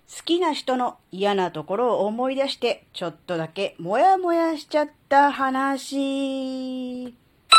好きな人の嫌なところを思い出して、ちょっとだけモヤモヤしちゃった話。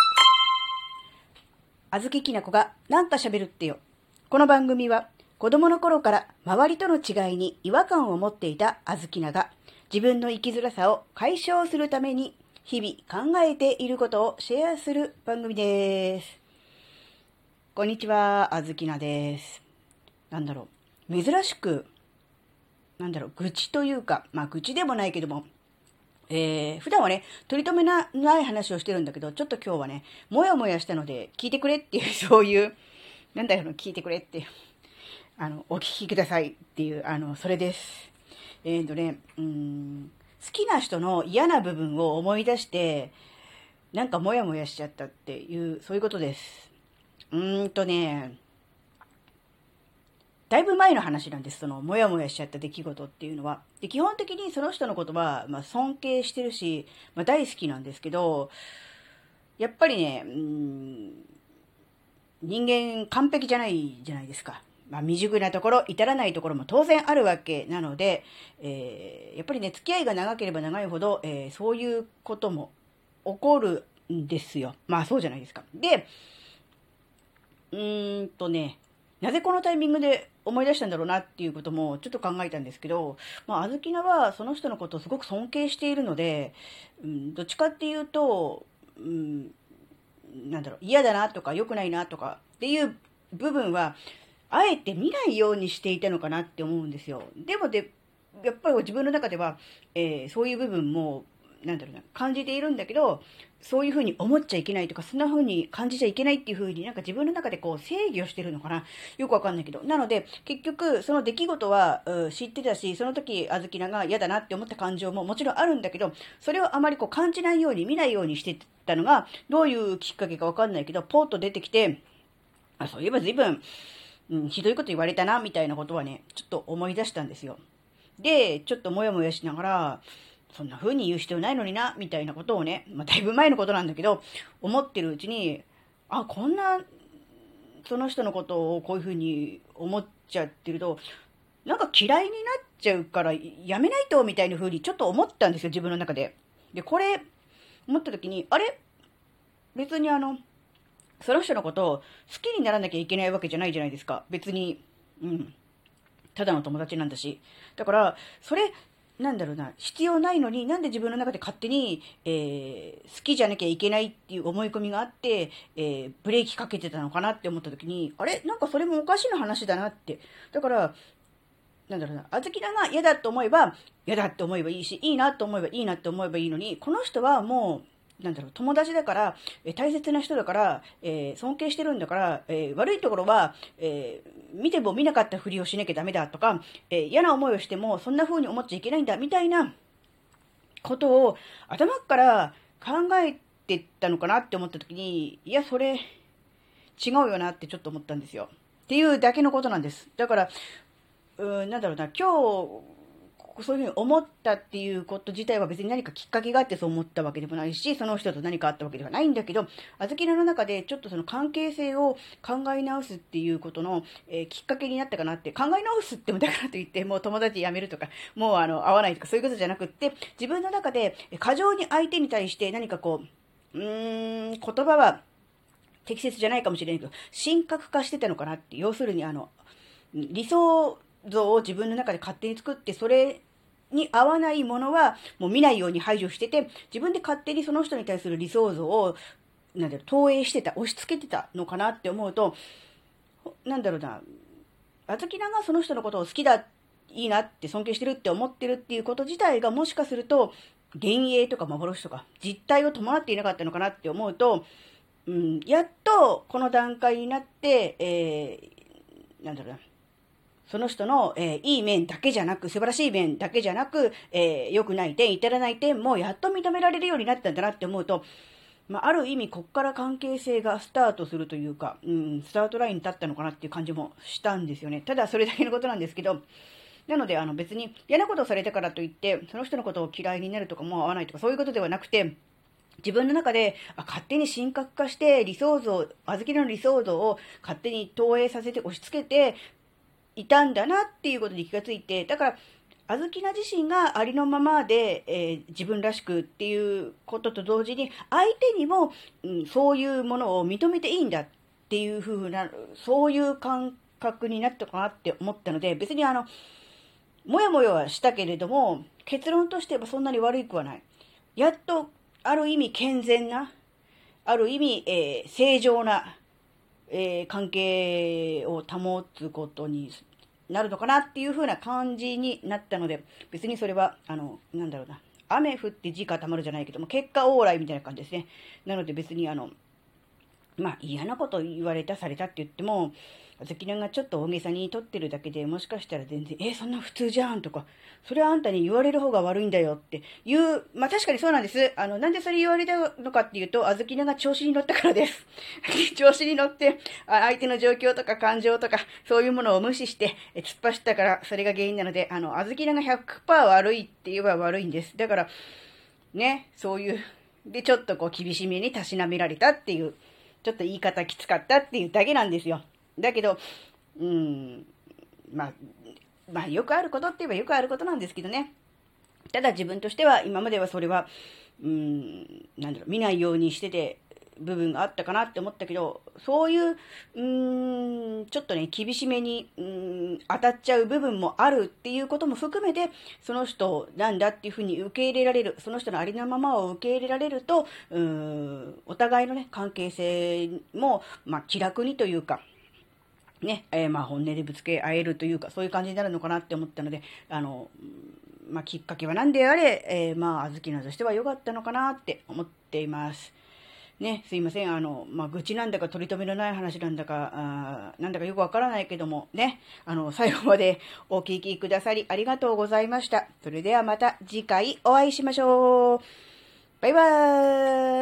あずききなこがなんか喋るってよ。この番組は子供の頃から周りとの違いに違和感を持っていたあずきなが自分の生きづらさを解消するために日々考えていることをシェアする番組です。こんにちは、あずきなです。珍しく愚痴というか、愚痴でもないけども、普段はね、取り留めない話をしてるんだけど、ちょっと今日はね、もやもやしたので、聞いてくれっていう、そういう、聞いてくれっていう、お聞きくださいっていう、それです。好きな人の嫌な部分を思い出して、もやもやしちゃったっていう、そういうことです。だいぶ前の話なんです。その、もやもやしちゃった出来事っていうのは。で、基本的にその人のことは、尊敬してるし、大好きなんですけど、やっぱりね、人間完璧じゃないじゃないですか。未熟なところ、至らないところも当然あるわけなので、やっぱりね、付き合いが長ければ長いほど、そういうことも起こるんですよ。そうじゃないですか。で、なぜこのタイミングで思い出したんだろうなっていうこともちょっと考えたんですけど、あずきなはその人のことをすごく尊敬しているので、どっちかっていうと、嫌だなとか良くないなとかっていう部分は、あえて見ないようにしていたのかなって思うんですよ。で、やっぱり自分の中では、そういう部分も感じているんだけど、そういうふうに思っちゃいけないとか、そんな風に感じちゃいけないっていう風に自分の中でこう制御してるのかな、よくわかんないけど。なので、結局、その出来事は知ってたし、その時、あずきなが嫌だなって思った感情ももちろんあるんだけど、それをあまりこう感じないように、見ないようにしてたのが、どういうきっかけかわかんないけど、ポーッと出てきて、そういえば随分、ひどいこと言われたな、みたいなことはね、ちょっと思い出したんですよ。で、ちょっともやもやしながら、そんな風に言う必要ないのにな、みたいなことをね、だいぶ前のことなんだけど、思ってるうちに、こんな、その人のことをこういう風に思っちゃってると、嫌いになっちゃうから、やめないと、みたいな風にちょっと思ったんですよ、自分の中で。で、これ、思った時に、別にその人のことを好きにならなきゃいけないわけじゃないじゃないですか。別に、ただの友達なんだし。だから、それ、必要ないのに、なんで自分の中で勝手に、好きじゃなきゃいけないっていう思い込みがあって、ブレーキかけてたのかなって思った時に、それもおかしな話だなって。だから、あずきなが嫌だと思えば、嫌だって思えばいいし、いいなと思えばいいなって思えばいいのに、この人はもう、友達だから、大切な人だから、尊敬してるんだから、悪いところは、見ても見なかったふりをしなきゃダメだとか、嫌な思いをしてもそんな風に思っちゃいけないんだ、みたいなことを頭から考えてったのかなって思った時に、いや、それ、違うよなってちょっと思ったんですよ。っていうだけのことなんです。だから、今日、そういうふうに思ったっていうこと自体は別に何かきっかけがあってそう思ったわけでもないし、その人と何かあったわけではないんだけど、あずきらの中でちょっとその関係性を考え直すっていうことの、きっかけになったかなって、考え直すってもだからといって、もう友達辞めるとか、もう会わないとかそういうことじゃなくって、自分の中で過剰に相手に対して何かこう、言葉は適切じゃないかもしれないけど、神格化してたのかなって、要するに理想像を自分の中で勝手に作って、それに合わないものはもう見ないように排除してて、自分で勝手にその人に対する理想像を、投影してた、押し付けてたのかなって思うと、あずきながその人のことを好きだ、いいなって尊敬してるって思ってるっていうこと自体がもしかすると、幻影とか幻とか実態を伴っていなかったのかなって思うと、やっとこの段階になって、その人の、いい面だけじゃなく、素晴らしい面だけじゃなく、良くない点、至らない点もやっと認められるようになったんだなって思うと、ある意味、こっから関係性がスタートするというか、スタートラインに立ったのかなっていう感じもしたんですよね。ただ、それだけのことなんですけど、なので、別に嫌なことをされたからといって、その人のことを嫌いになるとかも合わないとか、そういうことではなくて、自分の中で勝手に神格化して理想像、あずきの理想像を勝手に投影させて押し付けていたんだなっていうことに気がついて、だから、あずきな自身がありのままで、自分らしくっていうことと同時に、相手にも、そういうものを認めていいんだっていう風な、そういう感覚になったかなって思ったので、別にもやもやはしたけれども、結論としてはそんなに悪くはない。やっと、ある意味健全な、ある意味、正常な、関係を保つことになるのかなっていう風な感じになったので、別にそれは、なんだろうな、雨降って地固まるじゃないけども、結果オーライみたいな感じですね。なので別にまあ嫌なこと言われた、されたって言っても、あずきながちょっと大げさに取ってるだけで、もしかしたら全然、そんな普通じゃんとか、それはあんたに言われる方が悪いんだよっていう、まあ確かにそうなんです。なんでそれ言われたのかっていうと、あずきなが調子に乗ったからです。調子に乗って、相手の状況とか感情とか、そういうものを無視して、突っ走ったから、それが原因なので、あずきなが100% 悪いって言えば悪いんです。だから、ね、そういう、で、ちょっとこう厳しめにたしなめられたっていう、ちょっと言い方きつかったっていうだけなんですよ。だけど、まあ、よくあることって言えばよくあることなんですけどね。ただ自分としては、今まではそれは、なんだろう、見ないようにしてて、部分があったかなって思ったけど、そういう、ちょっとね、厳しめに、当たっちゃう部分もあるっていうことも含めて、その人なんだっていうふうに受け入れられる、その人のありのままを受け入れられると、お互いのね、関係性も、気楽にというか、ね、本音でぶつけ合えるというか、そういう感じになるのかなって思ったので、きっかけは何であれ、あずきなとしては良かったのかなって思っています。ね、すいません。愚痴なんだか取り留めのない話なんだか、なんだかよくわからないけども、ね、最後までお聞きくださりありがとうございました。それではまた次回お会いしましょう。バイバーイ。